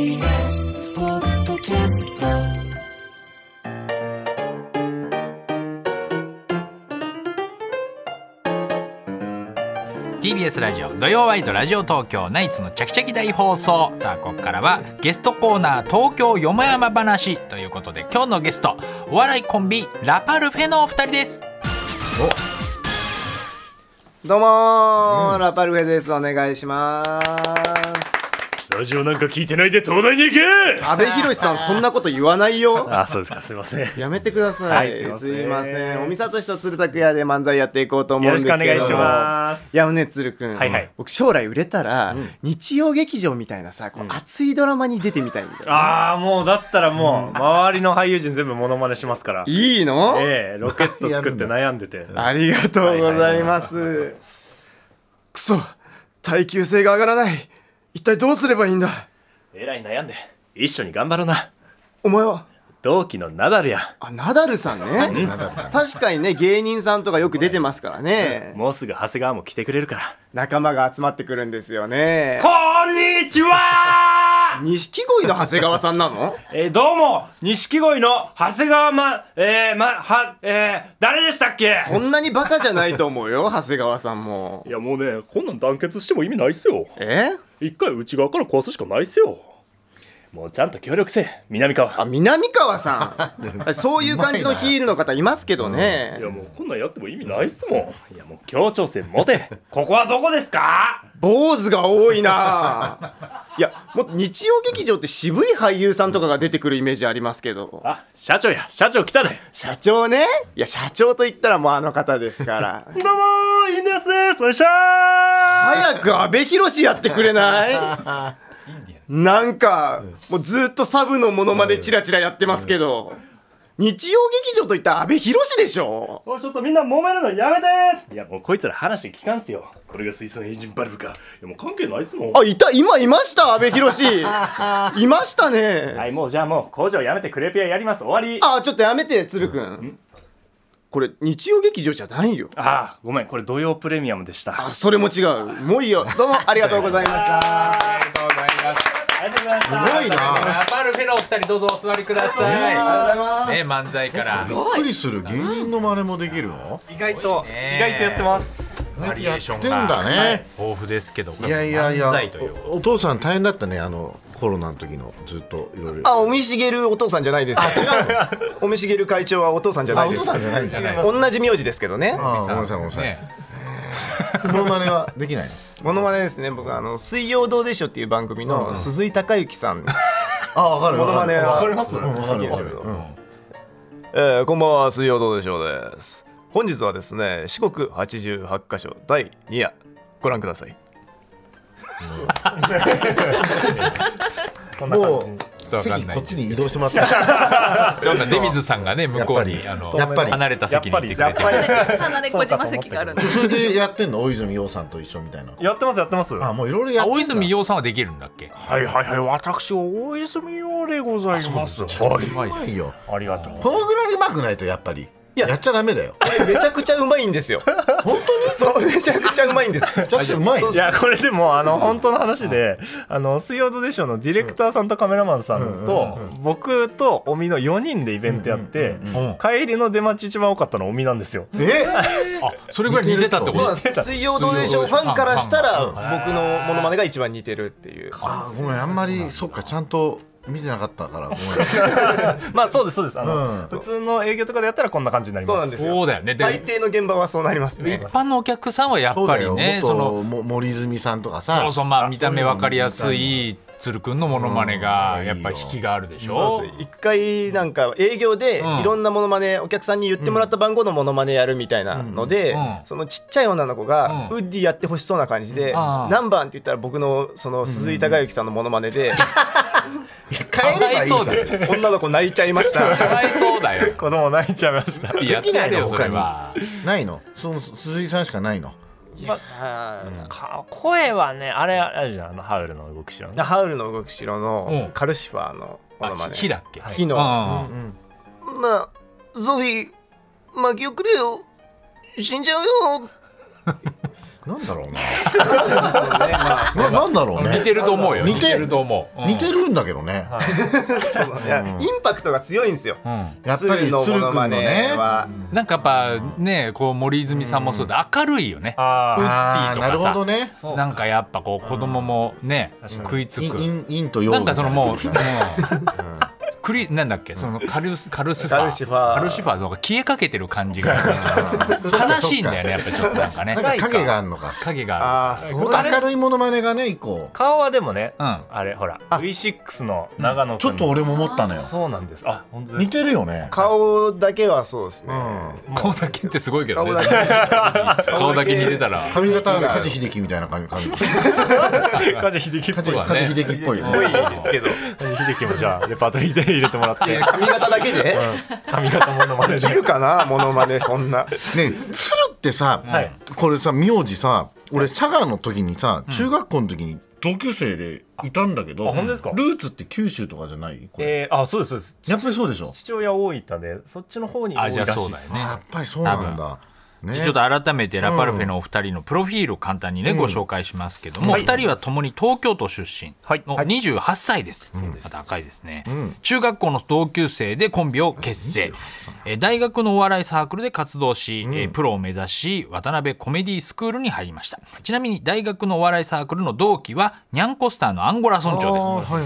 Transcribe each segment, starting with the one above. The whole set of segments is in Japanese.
TBS ポッドキャスト。 TBS ラジオ土曜ワイドラジオ東京ナイツのチャキチャキ大放送。さあここからはゲストコーナー東京よもやま話ということで、今日のゲストお笑いコンビラパルフェのお二人です。 どうも、ラパルフェです。お願いします。 ラジオなんか聞いてないで東大に行け。 阿部寛さん、そんなこと言わないよ。 あ、そうですか、すいません。 やめてください。 はい、 すいません。おみさとしと鶴田くやで漫才やっていこうと思うんですけど。 よろしくお願いします。 いやね、鶴くん、 はいはい、 僕将来売れたら、日曜劇場みたいなさ、こう熱いドラマに出てみたいんだよ、ね。 ああ、もうだったらもう、周りの俳優陣全部モノマネしますから。 いいの？ ロケット作って悩んでて。 ありがとうございます。くそ、耐久性が上がらない。一体どうすればいいんだ。 えらい悩んで一緒に頑張ろうな。 お前は同期のナダルや。 あ、ナダルさんね。確かにね、芸人さんとかよく出てますからね。 もうすぐ長谷川も来てくれるから。 仲間が集まってくるんですよね。 こんにちは。 錦鯉の長谷川さんなの？ どうも錦鯉の長谷川誰でしたっけ？ そんなにバカじゃないと思うよ、長谷川さんも。 いやもうね、こんなん団結しても意味ないっすよ。一回内側から壊すしかないっすよ。もうちゃんと協力せえ、南川。 あ、南川さん。そういう感じのヒールの方いますけどね。 いやもうこんなんやっても意味ないっすもん。いやもう協調性持て。ここはどこですか？ 坊主が多いないや、もっと日曜劇場って渋い俳優さんとかが出てくるイメージありますけど。 あ、社長や、社長来たね。 社長ね。いや、社長と言ったらもうあの方ですからどうもー、いいんですね。それしゃー。 早く阿部寛やってくれない？なんかもうずっとサブのモノマネチラチラやってますけど、日曜劇場といったら阿部寛でしょ。 おい、ちょっとみんな揉めるのやめて。いやもうこいつら話聞かんすよ。これが水素エンジンバルブか。いやもう関係ないっすもん。 あ、今いました阿部寛。いましたね。 はい、もうじゃあもう工場やめてクレープ屋やります。終わり。 あ、ちょっとやめて鶴くん。これ日曜劇場じゃないよ。 あ、ごめん、これ土曜プレミアムでした。 あ、それも違う。もういいよ。どうもありがとうございました。 ありがとうございます。 すごいな。 ラパルフェのお二人どうぞお座りください。 ありがとうございます。 ね、漫才からびっくりする。芸人の真似もできるの？ 意外とやってます。 バリエーションやってんだね。 豊富ですけど。 いや漫才という。 お父さん大変だったね、コロナの時のずっといろいろ。 あ、尾身茂お父さんじゃないです。尾身茂会長はお父さんじゃないです。 お父さんじゃないんだね。 同じ名字ですけどね。 あ、ごめんなさいごめんなさい。モノマネはできないの？ モノマネですね。僕水曜どうでしょうっていう番組の鈴井孝之さん。 あ、わかる。 モノマネわかります？ こんばんは、水曜どうでしょうです。本日はですね、四国88カ所第2夜ご覧ください。 もう席こっちに移動してもらってちょっと出水さんがね、向こうにやっぱり離れた席に行ってくれて、 離れ小島席があるんで。 それでやってんの？大泉洋さんと一緒みたいな。 やってますやってます。 あ、もういろいろやってんだ。 大泉洋さんはできるんだっけ？ はいはいはい、私大泉洋でございます。 うまいよ。 ありがとう。 このぐらいうまくないとやっぱりやっちゃダメだよ。 めちゃくちゃうまいんですよ。本当に？そう、めちゃくちゃうまいんです。 めちゃくちゃうまい。 いやこれでも本当の話で、水曜どうでしょうのディレクターさんとカメラマンさんと僕と尾身の4人でイベントやって、帰りの出待ち一番多かったの尾身なんですよ。 あ、それぐらい似てたってこと？ そうなんです。水曜どうでしょうファンからしたら僕のモノマネが一番似てるっていう。 あ、ごめん、あんまりそっか、ちゃんと見てなかったからごめん。 まあそうですそうです。普通の営業とかでやったらこんな感じになります。 そうなんですよ。 そうだよね。 大抵の現場はそうなりますね。 一般のお客さんはやっぱりね、 その森泉さんとかさ、 そうそう、まあ見た目わかりやすい鶴くんのモノマネがやっぱり引きがあるでしょ。 一回なんか営業でいろんなモノマネ、お客さんに言ってもらった番号のモノマネやるみたいなので、そのちっちゃい女の子がウッディやってほしそうな感じで、何番って言ったら僕のその鈴井孝之さんのモノマネで帰ればいいじゃん。 女の子泣いちゃいました。 かわいそうだよ。 子供泣いちゃいました。 やってないよそれは。 ないの？その鈴井さんしかないの？ 声はね、あれじゃん、ハウルの動く城の。 ハウルの動く城のカルシファーのモノマネ。 火だっけ？ 火の。まあゾフィー巻き遅れよ、死んじゃうよ。 なんだろうななんだろうね。 似てると思うよ。 似てると思う。 似てるんだけどね。 いやインパクトが強いんですよ。 やっぱりのモノマネはなんかやっぱねこう森泉さんもそうで明るいよね。ウッディとなるかさ。 ほどね。 なんかやっぱこう子供もね食いつく。 陰と陽なんかそのもうなんだっけそのカルシファーとか消えかけてる感じが悲しいんだよねやっぱちょっとなんかね。 影があるのか。 影がある。 明るいモノマネがね一個。 顔はでもね、あれほら V6 の長野ちょっと俺も思ったのよ。 そうなんです。あ本当です。 似てるよね。 顔だけはそうですね。 顔だけってすごいけどね。顔だけ似てたら髪型は梶秀樹みたいな感じ。 梶秀樹っぽい。 梶秀樹っぽい。 多いですけど。 梶秀樹もじゃあレパートリーで入れてもらって。 髪型だけで髪型モノマネできるかなモノマネそんな。 ね鶴ってさこれさ名字さ俺佐賀の時にさ中学校の時に同級生でいたんだけど、ルーツって九州とかじゃない？ そうですそうです。 やっぱりそうでしょ。 父親大分でそっちの方に多いらしいです。 やっぱりそうなんだ。 ちょっと改めてラパルフェのお二人のプロフィールを簡単にねご紹介しますけども、お二人はともに東京都出身の28歳です。また赤いですね。中学校の同級生でコンビを結成、大学のお笑いサークルで活動し、プロを目指し渡辺コメディスクールに入りました。ちなみに大学のお笑いサークルの同期はニャンコスターのアンゴラ村長です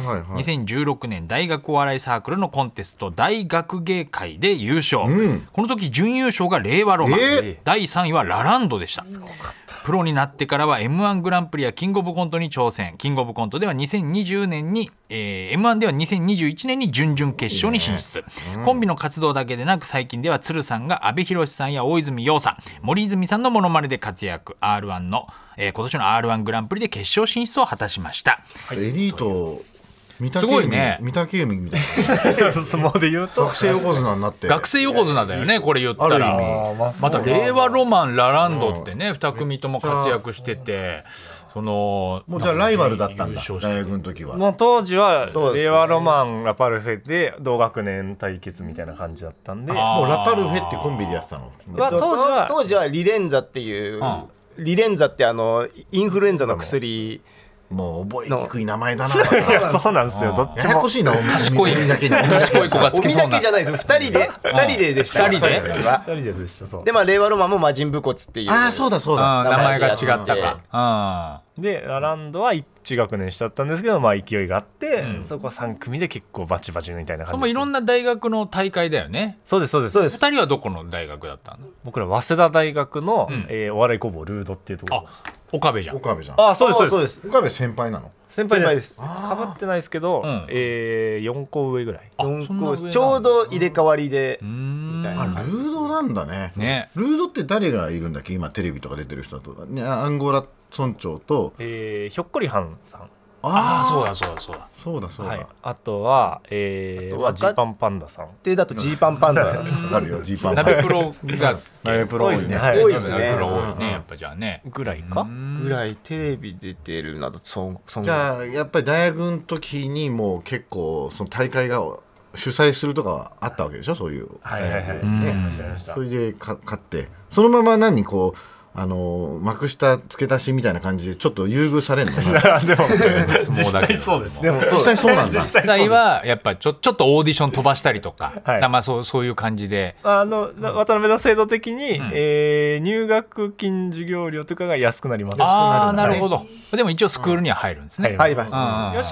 。2016年大学お笑いサークルのコンテスト大学芸会で優勝、この時準優勝が令和ロマン、第3位はラランドでした。プロになってからは M1 グランプリやキングオブコントに挑戦。キングオブコントでは2020年に、M1 では2021年に準々決勝に進出。コンビの活動だけでなく最近では鶴さんが阿部寛さんや大泉洋さん、森泉さんのモノマネで活躍。 R1 の、今年の R1 グランプリで決勝進出を果たしました。 エリートすごいね。 御嶽海みたいな相撲で言うと学生横綱になって学生横綱だよねこれ言ったら。また令和ロマンラランドってね2組とも活躍してて、もうじゃあライバルだったんだ大学の時は。 もう当時は令和ロマンラパルフェで同学年対決みたいな感じだったんで、 もうラパルフェってコンビでやってたの。 当時はリレンザっていう、リレンザってインフルエンザの薬。 もう覚えにくい名前だな。 いやそうなんですよ。どっちもややこしいな。 賢い子がつけそうな。 おみだけじゃないです。2人ででした。 2人でした。そうで令和ロマンも魔人武骨っていう。 そうだ名前が違ったか。 でラランドは1学年下だったんですけど、勢いがあって、そこは3組で結構バチバチみたいな感じで。 いろんな大学の大会だよね。 そうです 2人はどこの大学だったの？ 僕ら早稲田大学の、お笑い工房ルードっていうところです。 岡部じゃん。 そうです。 岡部先輩なの？ 先輩です。かぶってないですけど、4個上ぐらい。 ちょうど入れ替わりでみたいな。 ルードなんだね。ルードって誰がいるんだっけ今テレビとか出てる人だと。アンゴラ村長とひょっこりはんさん。 そうだ、 はい、あとはジーパンパンダさんでだとジーパンパンダわかるよ。ジーパン鍋プロが鍋プロ多いね。 多いですね。 やっぱじゃあねぐらいかぐらいテレビ出てるなど。じゃあやっぱり大学の時にもう結構その大会が主催するとかあったわけでしょ。そういうそれで勝ってそのまま幕下付け足しみたいな感じでちょっと優遇されるのかでも実際そうです。でも実際そうなんだ。 実際はやっぱちょっとオーディション飛ばしたりとか、そういう感じで渡辺の制度的に、入学金授業料とかが安くなります。 なるほど。でも一応スクールには入るんですね。 入ります。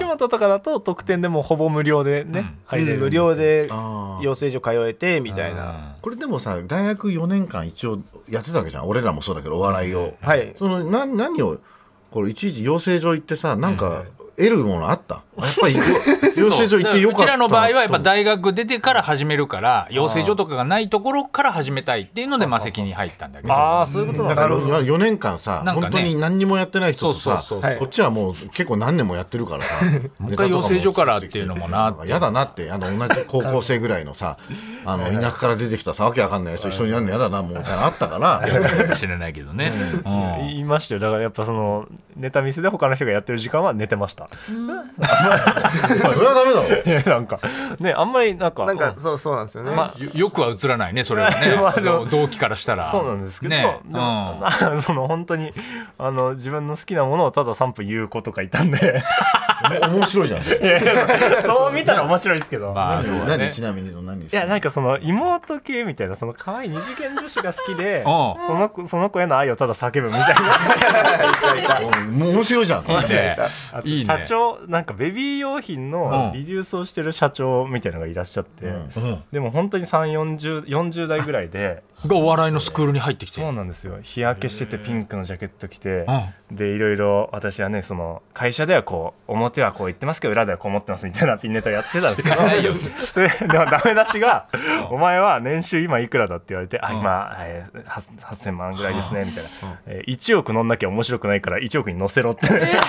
吉本とかだと特典でもほぼ無料でね入れる。 無料で養成所通えてみたいな。 これでもさ大学4年間一応やってたわけじゃん。俺らもそうだけどお笑いを。何をこれいちいち養成所行ってさなんか得るものあった？やっぱり養成所行ってよかった。 うちらの場合はやっぱ大学出てから始めるから養成所とかがないところから始めたいっていうのでマセキに入ったんだけど。 そういうことなんだ。4年間さ本当に何にもやってない人とさこっちはもう結構何年もやってるからさもう一回養成所からっていうのもなやだなって同じ高校生ぐらいのさ田舎から出てきたさわけわかんない人一緒にやるのやだなもうみたいなあったからかもしれないけどね。 言いましたよ。だからやっぱそのネタ見せで他の人がやってる時間は寝てました。 それはダメだろ。 いやなんかねあんまりなんかそうなんですよね、 よくは映らないねそれはね動機からしたら。 そうなんですけど、 ね、 その本当に自分の好きなものをただ3分言う子とかいたんで面白いじゃん。 そう見たら面白いですけど、 何ちなみに何ですか。 いやなんかその妹系みたいなその可愛い二次元女子が好きでその子への愛をただ叫ぶみたいなもう面白いじゃん。 いいね。 社長なんかベビー用品のリデュースをしてる社長みたいなのがいらっしゃって、でも本当に40代ぐらいでがお笑いのスクールに入ってきて。 そうなんですよ。日焼けしててピンクのジャケット着て、でいろいろ私はねその会社ではこう表はこう言ってますけど裏ではこう思ってますみたいなピンネタやってたんですけどそれでもダメ出しがお前は年収今いくらだって言われて今8000万ぐらいですねみたいな1億乗んなきゃ面白くないから1億に乗せろって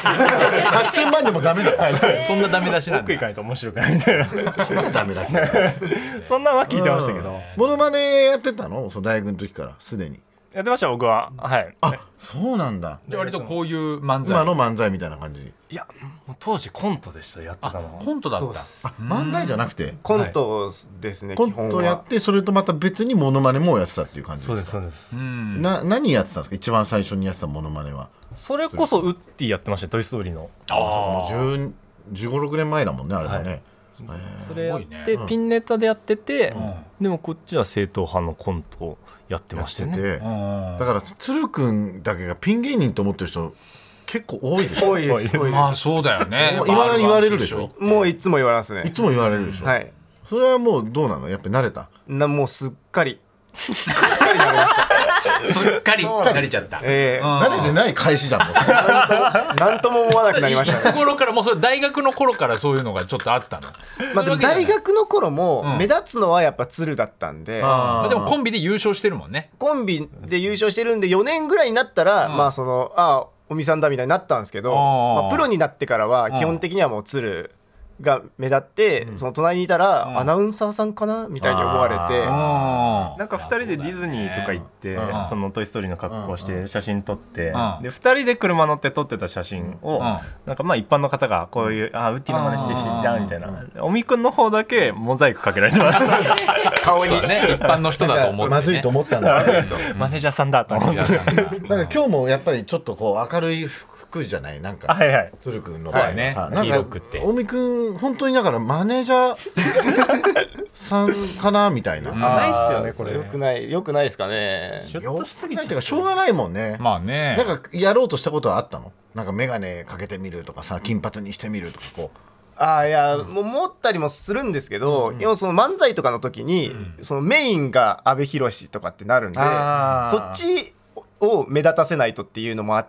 8000万でもダメだそんなダメ出しなんだ。 億いかないと面白くないみたいなダメ出しそんなのは聞いてましたけど。 モノマネやってたの大学の時からすでに。 やってました僕は。はい。 あ、そうなんだ。 じゃあ割とこういう漫才。 今の漫才みたいな感じ。 いやもう当時コントでしたやってたのは。 コントだった。 漫才じゃなくてコントですね。 コントやってそれとまた別にモノマネもやってたっていう感じですか。 そうですそうです。 何やってたんですか一番最初にやってたモノマネは。 それこそウッディやってましたトイストーリーの。 もう15、16年前だもんねあれだね。 それやってピンネタでやってて、でもこっちは正統派のコントをやってましたよね。 だから鶴くんだけがピン芸人と思ってる人結構多いでしょ。 多いです。 まあそうだよね。 今だに言われるでしょ。 もういつも言われますね。 いつも言われるでしょ。 はい。 それはもうどうなのやっぱり慣れた。 もうすっかり慣れました。 すっかり慣れちゃった。 慣れてない返しじゃん。 なんとも思わなくなりました。 いつ頃からもうそれ大学の頃からそういうのがちょっとあったの。 まあでも大学の頃も目立つのはやっぱ鶴だったんで。 でもコンビで優勝してるもんね。 コンビで優勝してるんで4年ぐらいになったらまあそのおみさんだみたいになったんですけど、まあプロになってからは基本的にはもう鶴が目立って、その隣にいたら、アナウンサーさんかなみたいに思われて、 なんか2人でディズニーとか行って、そのトイストーリーの格好をして写真撮って、で2人で車乗って撮ってた写真を、なんかまあ一般の方がこういうウッディの真似してたみたいな、おみくんの方だけモザイクかけられてました顔にね。一般の人だと思って、 まずいと思ったんだ。 マネージャーさんだと思って。 だから今日もやっぱりちょっとこう明るい服じゃないなんか鶴くんの場合はさ、なんか大見くん本当にだからマネージャーさんかなみたいな。 ないっすよねこれ。 よくないですかね。 よくないっていうかしょうがないもんね。 まあね。 なんかやろうとしたことはあったの？なんか眼鏡かけてみるとかさ、金髪にしてみるとかこう。 いやもう思ったりもするんですけど、今その漫才とかの時に、そのメインが阿部寛とかってなるんで、そっちを目立たせないとっていうのもあって、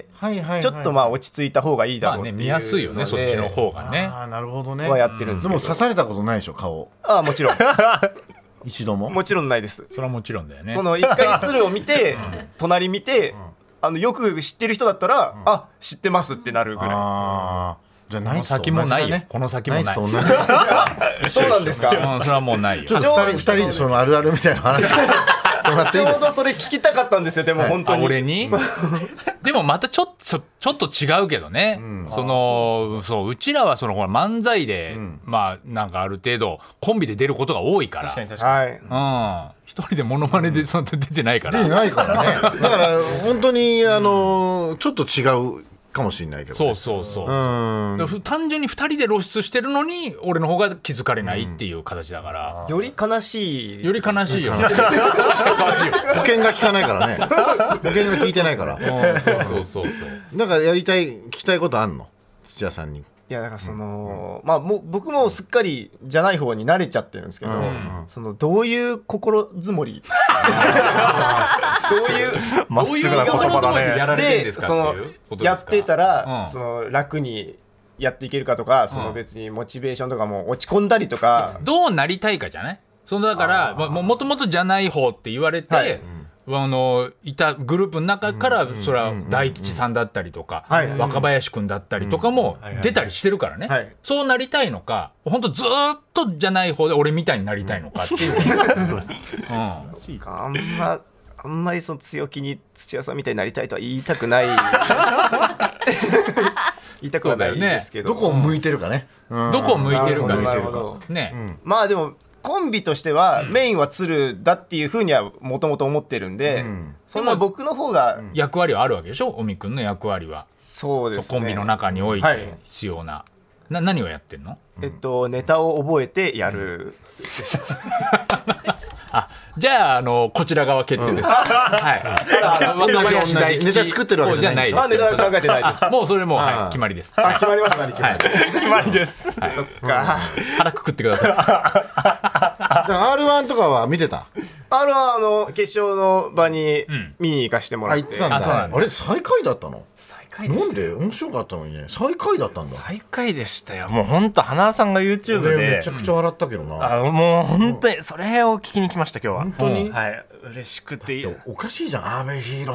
ちょっとまあ落ち着いた方がいいだろうっていうので、 見やすいよねそっちの方がね。 なるほどね。 はやってるんですけど。 でも刺されたことないでしょ顔。 もちろん一度も。 もちろんないです。 それはもちろんだよね。 その一回鶴を見て隣見て、よく知ってる人だったら、知ってますってなるぐらい。 じゃあこの先もないよ。この先もない。 そうなんですか。 それはもうないよ。 2人でそのあるあるみたいな話ちょうどそれ聞きたかったんですよ。でも本当に俺にでもまたちょっと違うけどね。そううちらはその漫才でまあなんかある程度コンビで出ることが多いから。 確かに。 一人でモノマネでそんな出てないから。 出てないからね。だから本当にちょっと違うかもしれないけど、ね、 そう単純に2人で露出してるのに俺の方が気づかれないっていう形だから、 より悲しいよ保険が効かないからね。保険が効いてないからそうなんか聞きたいことあんの土屋さんに。 いやだからその、まあもう僕もすっかりじゃない方に慣れちゃってるんですけど、そのどういう心づもりどういうまっすぐな言葉だね。 やられてるんですかそのっていうことですか。 やってたら、その楽にやっていけるかとか、その別にモチベーションとかも落ち込んだりとか、 どうなりたいかじゃない。そのだからもともとじゃない方って言われて、いたグループの中からそれは大吉さんだったりとか、若林くんだったりとかも出たりしてるからね。そうなりたいのか本当ずっとじゃない方で俺みたいになりたいのかっていうあんまりその強気に土屋さんみたいになりたいとは言いたくない言いたくはないですけど、 どこを向いてるかね、 どこを向いてるかなるほどね、 まあでもコンビとしてはメインは鶴だっていうふうにはもともと思ってるんで、そんな僕の方が役割はあるわけでしょ、尾身君の役割は。 そうですね、 コンビの中において必要な、何をやってんの？ ネタを覚えてやる、 あ、じゃあ、こちら側決定です。はい。若林大吉ネタ作ってるわけじゃないです。 ネタは考えてないです。 もうそれも決まりです。 決まりましたね。 決まりです。 そっか。 腹くくってください。 R1 とかは見てた？ R1 決勝の場に見に行かしてもらって。 あれ最下位だったの？なんで面白かったのにね、最下位だったんだ。 最下位でしたよ。もう本当花さんが YouTube でめちゃくちゃ笑ったけどな。 もう本当にそれを聞きに来ました今日は。 本当に？ はい、嬉しくて。 おかしいじゃん、阿部寛。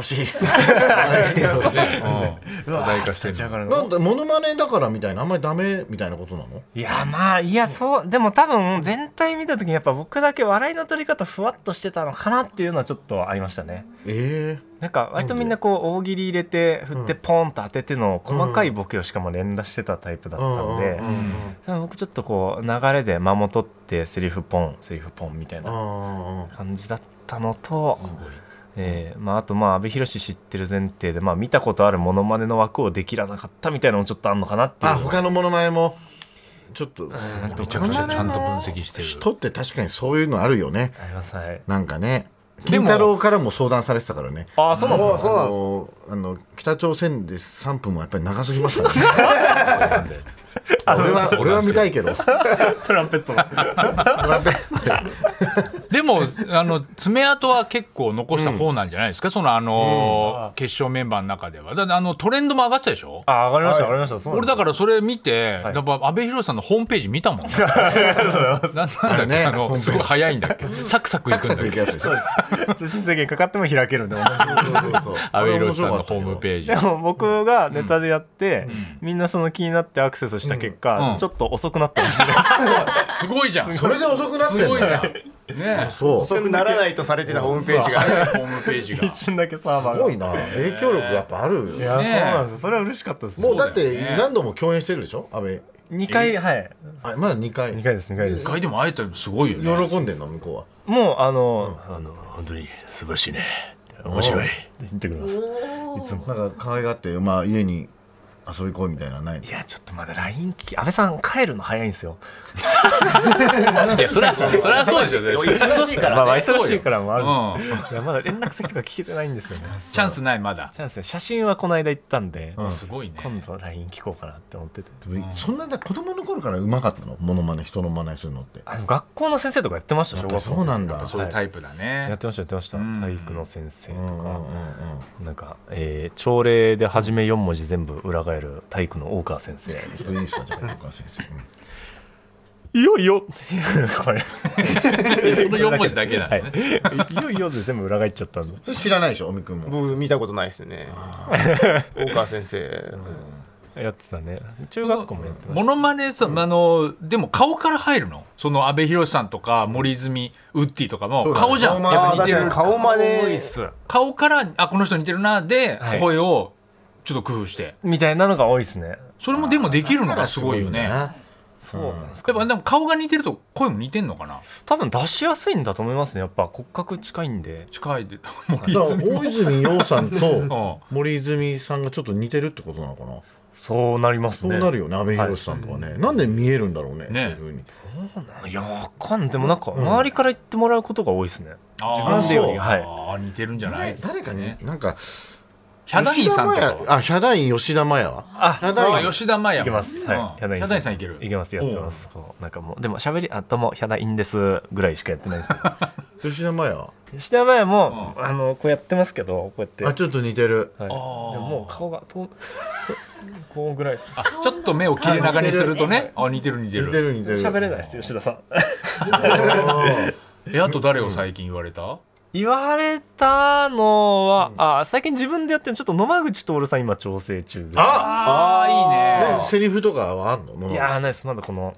なんでモノマネだからみたいな、あんまりダメみたいなことなの？ いやまあいやそうでも多分全体見た時にやっぱ僕だけ笑いの取り方ふわっとしてたのかなっていうのはちょっとありましたね。なんか割とみんなこう大喜利入れて振ってポンと当てての細かいボケをしかも連打してたタイプだったんで、僕ちょっとこう流れで間も取ってセリフポンみたいな感じだったのと、あと阿部寛知ってる前提で見たことあるモノマネの枠をできらなかったみたいなのもちょっとあんのかなっていう。 他のモノマネもちょっとめちゃくちゃちゃんと分析してる人って確かにそういうのあるよね。 あります。 なんかね、金太郎からも相談されてたからね。 あ、そうなんですか。 北朝鮮で3分はやっぱり長すぎますからね。俺は見たいけど。 トランペットのでも爪痕は結構残した方なんじゃないですか、その決勝メンバーの中では。だってトレンドも上がってたでしょ。 上がりました上がりました。 俺だからそれ見て、やっぱ阿部寛さんのホームページ見たもん。なんだっけ、すごい早いんだっけ、サクサクいくんだっけ。 通信制限かかっても開けるんで、 阿部寛さんのホームページ。 でも僕がネタでやってみんなその気になってアクセスした結果、ちょっと遅くなったかもしれない。 すごいじゃん。 それで遅くなってんの？ すごいじゃん。ね、 遅くならないとされてたホームページが、 ホームページが一瞬だけサーバーが。 すごいな、影響力やっぱある。 いや、そうなんですよ。それは嬉しかったです。 もうだって何度も共演してるでしょ、阿部。 2回、はい。 まだ2回。 2回です、2回です。 2回でも会えたらすごいよね。 喜んでんの向こうは。 もう本当に素晴らしいね、面白いって言ってくれます。いつもなんか可愛がって家に遊び来いみたいなないの？ いやちょっとまだ LINE 安倍さん帰るの早いんですよ。 いやそれはそうですよね。 忙しいからね。 忙しいからもあるんです。いやまだ連絡先とか聞けてないんですよね。 チャンスない。まだチャンス。写真はこの間行ったんで、 すごいね。 今度 LINE 聞こうかなって思ってて。 そんな子供の頃からうまかったの？モノマネ、人の真似するのって。 学校の先生とかやってました。小学校。 そうなんだ。 そういうタイプだね。 やってました。体育の先生とか、なんか朝礼で初め4文字全部裏返る体育の大川先生。 いいですか、じゃあ大川先生。 いよいよこれその4文字だけだね。 いよいよで全部裏返っちゃったんで。 知らないでしょ、尾身君も。 僕見たことないですね。大川先生やってたね。中学校もやってました。 モノマネさ、でも顔から入るの？その阿部寛さんとか森泉ウッディとかも顔じゃん。 やっぱ似てる。顔まで顔からこの人似てるなで声をちょっと工夫してみたいなのが多いですね。 それもでもできるのがすごいよね。 そうなんですか。 でも顔が似てると声も似てんのかな。 多分出しやすいんだと思いますね。やっぱ骨格近いんで。 近いで。 大泉洋さんと森泉さんがちょっと似てるってことなのかな。 そうなりますね。 そうなるよね。阿部寛さんとかね、なんで見えるんだろうね。そういう風に。 いやわかんない。でもなんか周りから言ってもらうことが多いですね。自分でより。 似てるんじゃない？ 誰かね、なんかヒャダインさんとか。 ヒャダイン吉田麻也は。 吉田麻也。 いけます。はい。 ヒャダインさんいける。 いけます。やってます。なんかもうでも喋りどうもヒャダインですぐらいしかやってないです。 吉田麻也。 吉田麻也もこうやってますけど、こうやって。 ちょっと似てる。 でももう顔がこうぐらいです。 ちょっと目を切れ長にするとね。似てる。 喋れないです吉田さん。 あと誰を最近言われた？ 言われたのは、最近自分でやってるちょっと野間口徹さん今調整中です。 いいね。 セリフとかはあんの？ いやないです。まだこの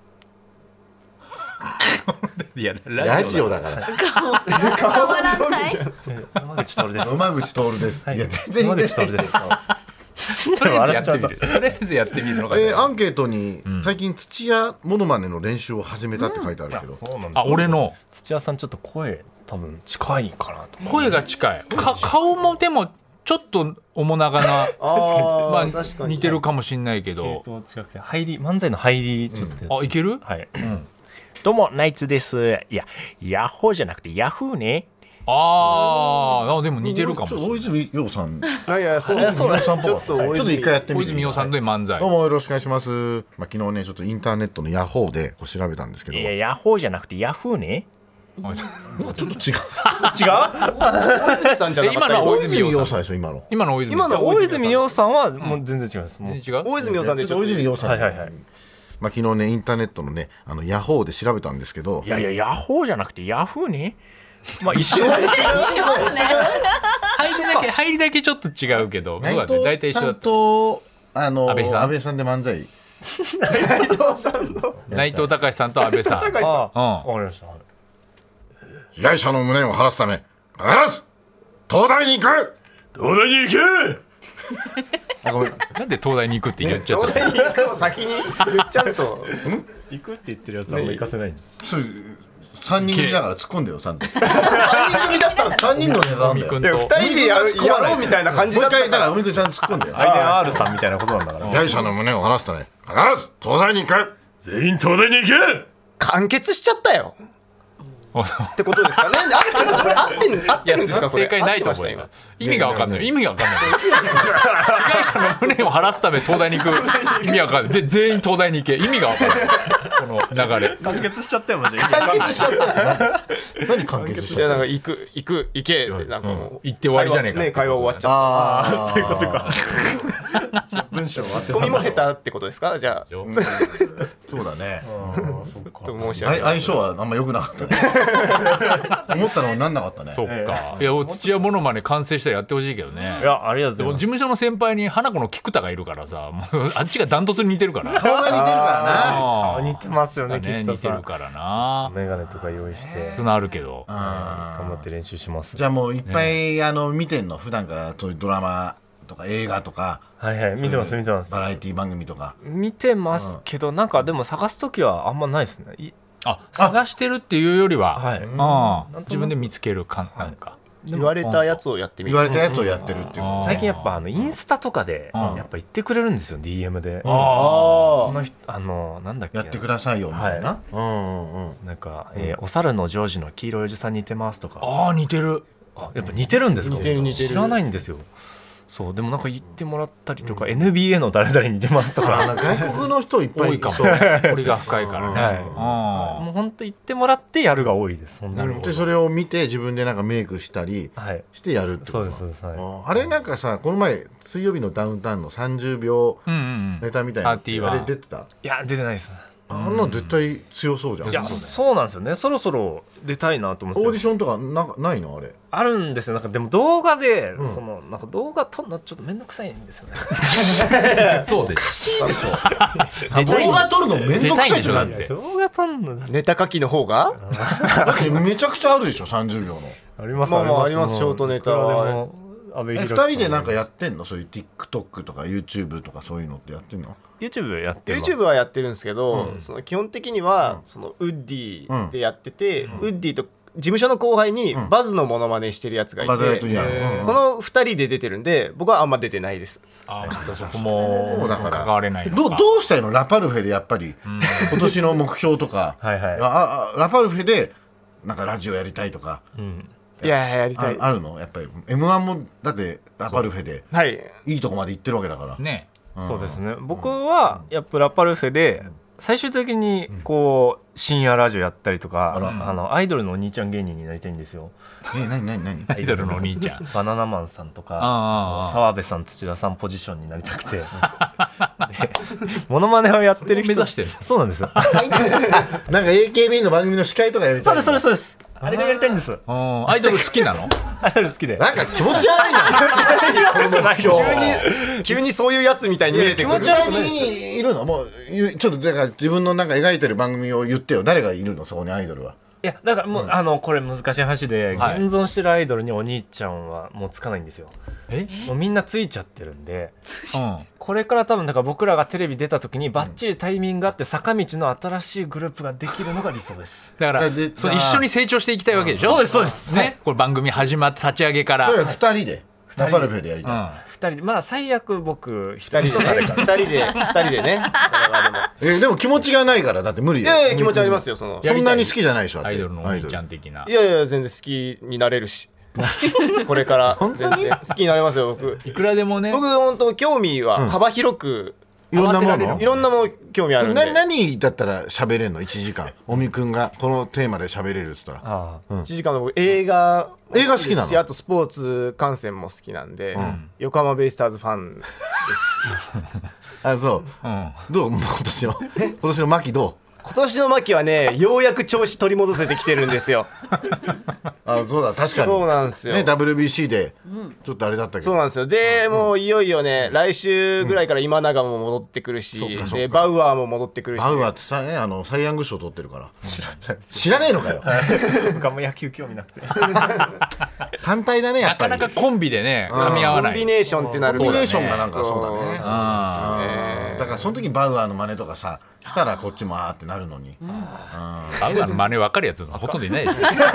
いやラジオだから変わらない。 野間口徹です。 野間口徹です。いや全然野間口徹です。 とりあえずやってみる。とりあえずやってみるのが。 アンケートに最近土屋モノマネの練習を始めたって書いてあるけど、 そうなんだ。 あ、俺の土屋さんちょっと声多分近いかなと。 声が近い。顔もでもちょっと面長な、まあ確かに似てるかもしれないけど。 近くて漫才の入りちょっと。 あ、いける？ はい。どうもナイツです。いやヤッホーじゃなくてヤフーね。 ああ、でも似てるかもしれない。 大泉洋さん、 いやそうちょっとちょっと一回やってみて。 大泉洋さんで漫才。 どうもよろしくお願いします。昨日ねちょっとインターネットのヤホーでこう調べたんですけど、 いやヤッホーじゃなくてヤフーね。 ちょっと違う。 違う？ 大泉さんじゃなかった。 今のは大泉洋さん。 洋最初今の。 今の大泉洋さん。 大泉洋さんはもう全然違います。もう全然違う？ 大泉洋さんでしょ。 大泉洋さん。 はい。 昨日ねインターネットのねヤホーで調べたんですけど、 いやヤッホーじゃなくてヤフーね。まあ一緒。 入りだけちょっと違うけど、そうだね。大体一緒だった。 と安倍さんさんで漫才。 内藤さんの内藤隆さんと安倍さん。 高橋さん。 わかりました。 被害者の無念を晴らすため必ず東大に行く。 東大に行け。 ごめん。 なんで東大に行くって言っちゃった東。大に行くを先に言っちゃうと。 行くって言ってるやつはあんま行かせないんだ。 3人組だから突っ込んでよちゃんと。 3人組だったんですか。 3人のネタなんだよ。 いや2人でやろうみたいな感じもうだったから。 一回だから海くんちゃんと突っ込んでよ。 アイデン R さんみたいなことなんだから。 被害者の無念を晴らすため必ず東大に行く。 全員東大に行け。 完結しちゃったよってことですかね。合ってるんですかこれ。 正解ないと思うよ。意味が分かんない。意味が分かんない。被害者の無念を晴らすため東大に行く意味わかんない。で全員東大に行け意味が分かんない。この流れ。 完結しちゃったよマジで。 完結しちゃった。何完結しちゃった。 じゃあなんか行けってなんかもう行って終わりじゃねえか。 会話終わっちゃっああそういうことか。文章はた。ツッコミも下手ってことですか。じゃあそうだね。 申し訳ない。 相性はあんま良くなかったね。思ったのになんなかったね。 そっか。いや土屋モノマネ完成したらやってほしいけどね。 いやありがとうございます。 事務所の先輩に花子の菊田がいるからさ、もうあっちがダントツに似てるから。 顔が似てるから似てますよね。 似てるからな。 メガネとか用意してそのあるけど頑張って練習します。 じゃあもういっぱい見てんの普段からそういうドラマとか映画とかはい見てますバラエティ番組とか見てますけどなんかでも探すときはあんまないですね。 探してるっていうよりは、自分で見つけるかなんか言われたやつをやってみる。 言われたやつをやってるっていう。 最近やっぱインスタとかでやっぱ言ってくれるんですよ DM で。 あの人なんだっけやってくださいよみたいな。 なんかお猿のジョージの黄色いおじさん似てますとか。 似てる。 やっぱ似てるんですか。 似てる知らないんですよ。そうでもなんか言ってもらったりとか NBA の誰々に似てますとか外国の人いっぱい多いかも。これが深いからね。 もう本当言ってもらってやるが多いです。 でそれを見て自分でなんかメイクしたりしてやるってこと。 そうです。 あれなんかさこの前水曜日のダウンタウンの30秒ネタみたいなあれ出てた？ いや出てないです。 あんなの絶対強そうじゃん。 いやそうなんですよね。そろそろ出たいなと思って。 オーディションとかないのあれ？ あるんですよ。なんかでも動画でなんか動画撮るのちょっと面倒くさいんですよね。 そうでおかしいでしょ。動画撮るの面倒くさいってなんで？ 動画撮るのネタ書きの方がだってめちゃくちゃあるでしょ30秒の。 あります。 まああります。ショートネタは 2人でなんかやってんの？そういう TikTok とか YouTube とかそういうのってやってんの ？YouTube やってます。 YouTube はやってるんですけど、その基本的にはそのウッディでやってて、ウッディと事務所の後輩にバズのモノマネしてるやつがいて、その2人で出てるんで僕はあんま出てないです。 そこもだから関われないのか。 どうしたいの？ラパルフェでやっぱり今年の目標とかラパルフェでなんかラジオやりたいとか。 いややりたい。 あるの？やっぱり M1 もだってラパルフェでいいとこまで行ってるわけだからね。 そうですね。僕はやっぱラパルフェで最終的にこう深夜ラジオやったりとかアイドルのお兄ちゃん芸人になりたいんですよ。 何アイドルのお兄ちゃんバナナマンさんとか澤部さん土田さんポジションになりたくてモノマネをやってる人目指してる。 そうなんですよ。 なんか AKB の番組の司会とかやりたい。 そうです。あれがやりたいんです。 アイドル好きなの？ アイドル好きで。 なんか気持ち悪いな。 急にそういうやつみたいに見えてくる。 気持ち悪いいるの？もうちょっとだから自分のなんか描いてる番組を言ってよ。誰がいるのそこにアイドルは？ いやだからもう、これ難しい話で、 はい現存してるアイドルにお兄ちゃんはもうつかないんですよ。もうみんなついちゃってるんで、これから多分だから僕らがテレビ出た時にバッチリタイミングがあって坂道の新しいグループができるのが理想です。 だからでそう一緒に成長していきたいわけでしょ。 そうですそうですね、これ番組始まって立ち上げからそれは2人でラパルフェでやりたい、 2人でまあ最悪僕1人 2人でね2人でねそれはでも気持ちがないからだって無理だよ。 でもいやいや気持ちありますよそのそんなに好きじゃないでしょだってアイドルのお兄ちゃん的な。 いやいや全然好きになれるしこれから全然好きになれますよ僕。 いくらでもね。 僕本当興味は幅広く、 いろんなものいろんなもの興味あるんで。 何だったら喋れんの1時間尾身くんがこのテーマで喋れるっつったら。 1時間の僕映画好きなの？ あとスポーツ観戦も好きなんで、横浜ベイスターズファンですしあそう、どう今年の牧どう？ 今年の牧はねようやく調子取り戻せてきてるんですよ。 あそうだ確かにそうなんですよ、 ね WBC でちょっとあれだったけど、 そうなんですよ。で、もういよいよね来週ぐらいから今永も戻ってくるし、でバウアーも戻ってくるし、 バウアーってさねサイ・ヤング賞取ってるから知らねえのかよ僕あんま野球興味なくて単体だねやなっぱりかなかコンビでね噛み合わない。 コンビネーションってなるコンビネーションががなんかそうだね。 あだからその時にバウアーの真似とかさしたらこっちもあーってなるのに、 バウアーの真似分かるやつほとんどいないでしょ。 確かに。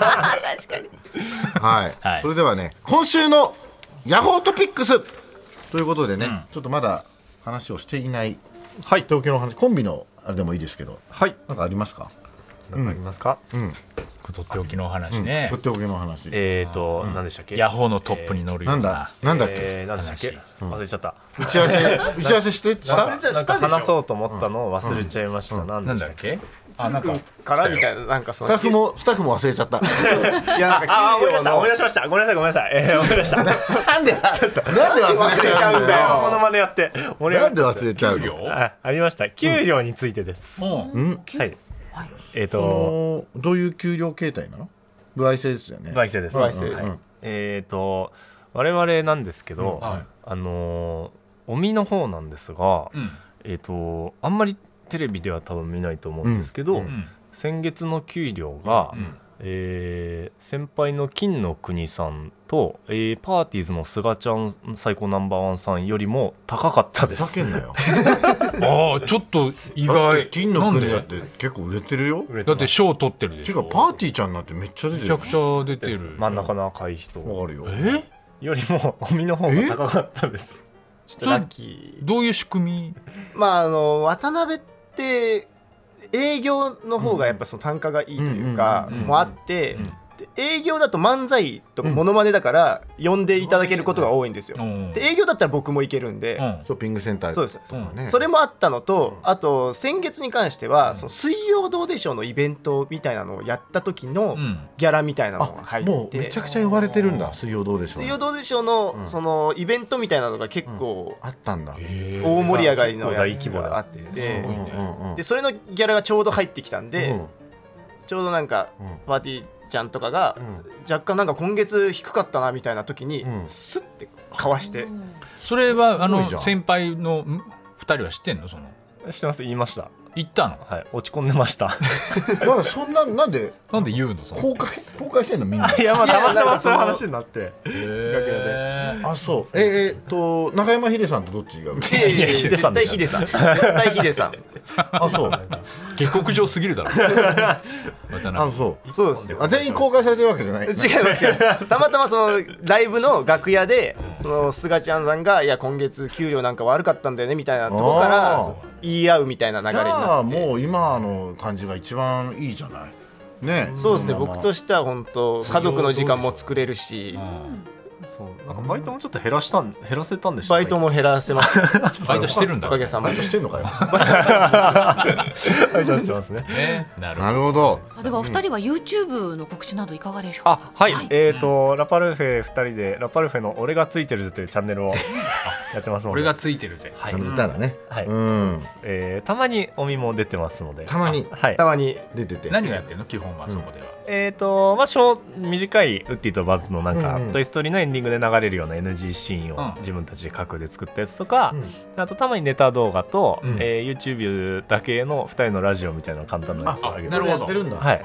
はい、 はいそれではね今週のヤホートピックスということでね、ちょっとまだ話をしていないはい東京の話コンビのあれでもいいですけどはいなんかありますか？ 何かありますか？ とっておきのお話ねと。っておきの話、 何でしたっけ？ ヤホーのトップに乗るよなうんな。 なんだっけ、 何でしたっけ？忘れちゃった。 打ち合わせしてした忘れちゃなんかしたでしょ。 話そうと思ったのを忘れちゃいました。何でしたっけ？ なんだっけ？ つんくんからみたいななんかそスのタッフも忘れちゃったいやなんか思い出した給料の思い出しました。ごめんなさい。思い出した。 なんで忘れちゃうんだよモノマネやって。 なんで忘れちゃうの？ ありました。給料についてです。はい。 どういう給料形態なの？歩合制ですよね。 歩合制です。 歩合制はい我々なんですけど、おみの方なんですが、あんまりテレビでは多分見ないと思うんですけど、先月の給料が、先輩の金の国さんと、パーティーズのすがちゃん最高ナンバーワンさんよりも高かったでふざす。 けんなよ。 ああちょっと意だって外。 金の国だなんでって結構売れてるよ。 だって賞取ってるでしてょ。 かパーティーちゃんなんてめっちゃ出てるよ。 めちゃくちゃ出てる。 真ん中の赤い人わかるよ。 よりもおみの方が高かったです。 ちょっとラッキー。 どういう仕組み？ まあ渡辺って営業の方がやっぱその単価がいいというかもあってで営業だと漫才とかモノマネだから呼んでいただけることが多いんですよ。で営業だったら僕も行けるんで、 ショッピングセンターそうです、 とかね。 それもあったのとあと先月に関してはその水曜どうでしょうのイベントみたいなのをやった時のギャラみたいなのが入ってもうめちゃくちゃ呼ばれてるんだ。水曜どうでしょう。 水曜どうでしょうのそのイベントみたいなのが結構あったんだ。 大盛り上がりのやつがあってでそれのギャラがちょうど入ってきたんでちょうどなんかパーティーちゃんとかが若干なんか今月低かったなみたいな時にスッてかわしてそれはすごいじゃん先輩の2人は知ってんの？その知ってます。言いました。 行ったの？ はい。落ち込んでました。 なんかそんななんでなんで言うの？その公開してんのみんな。 いやまあたまたまそういういやなんか話になってあそう中山秀さんとどっちが上？ いや絶対ヒデさん絶対ヒデさんあそう下克上すぎるだろ。 あそうそうですよ全員公開されてるわけじゃない。 違いますたまたまそのライブの楽屋でそのすがちゃんさんがいや今月給料なんか悪かったんだよねみたいなとこから言い合うみたいな流れにじゃなってあもう今の感じが一番いいじゃないね。 そうですね僕としては本当家族の時間も作れるしそうなんかバイトもちょっと減らせたんでしょ。 バイトも減らせましたバイトしてるんだ。 おかげさまでバイトしてんのかよ。 バイトしてますね。 ね。なるほなるほど。 さあではお二人は YouTube の告知などいかがでしょうか。 はい、ラパルフェ2人でラパルフェの俺がついてるぜというチャンネルをやってますので、 ど。俺がついてるぜ。 はい、 いたらね。 はいうん。 たまにおみも出てますので、 たまにはいたまに出てて。 何をやってるの？基本はそこでは。 まあ短いウッディとバズのなんか、トイストーリーのエンディングで流れるような NG シーンを自分たちで書くで作ったやつとか、あとたまにネタ動画と、YouTube だけの2人のラジオみたいな簡単なやつを上げてなるほど。 やってるんだ。 はい、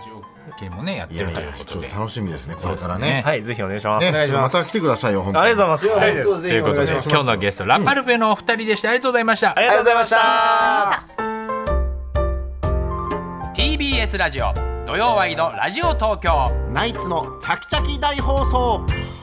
系もねやってるということで、 ちょっと楽しみですねこれからね。 はい、ぜひお願いします。 お願いします。 また来てくださいよ。本当にありがとうございます。 いや本当ぜひということでお願いします今日のゲストラパルフェのお二人でした。ありがとうございました。 ありがとうございました。 ありがとうございました。 TBS ラジオ土曜ワイドラジオ東京ナイツのチャキチャキ大放送。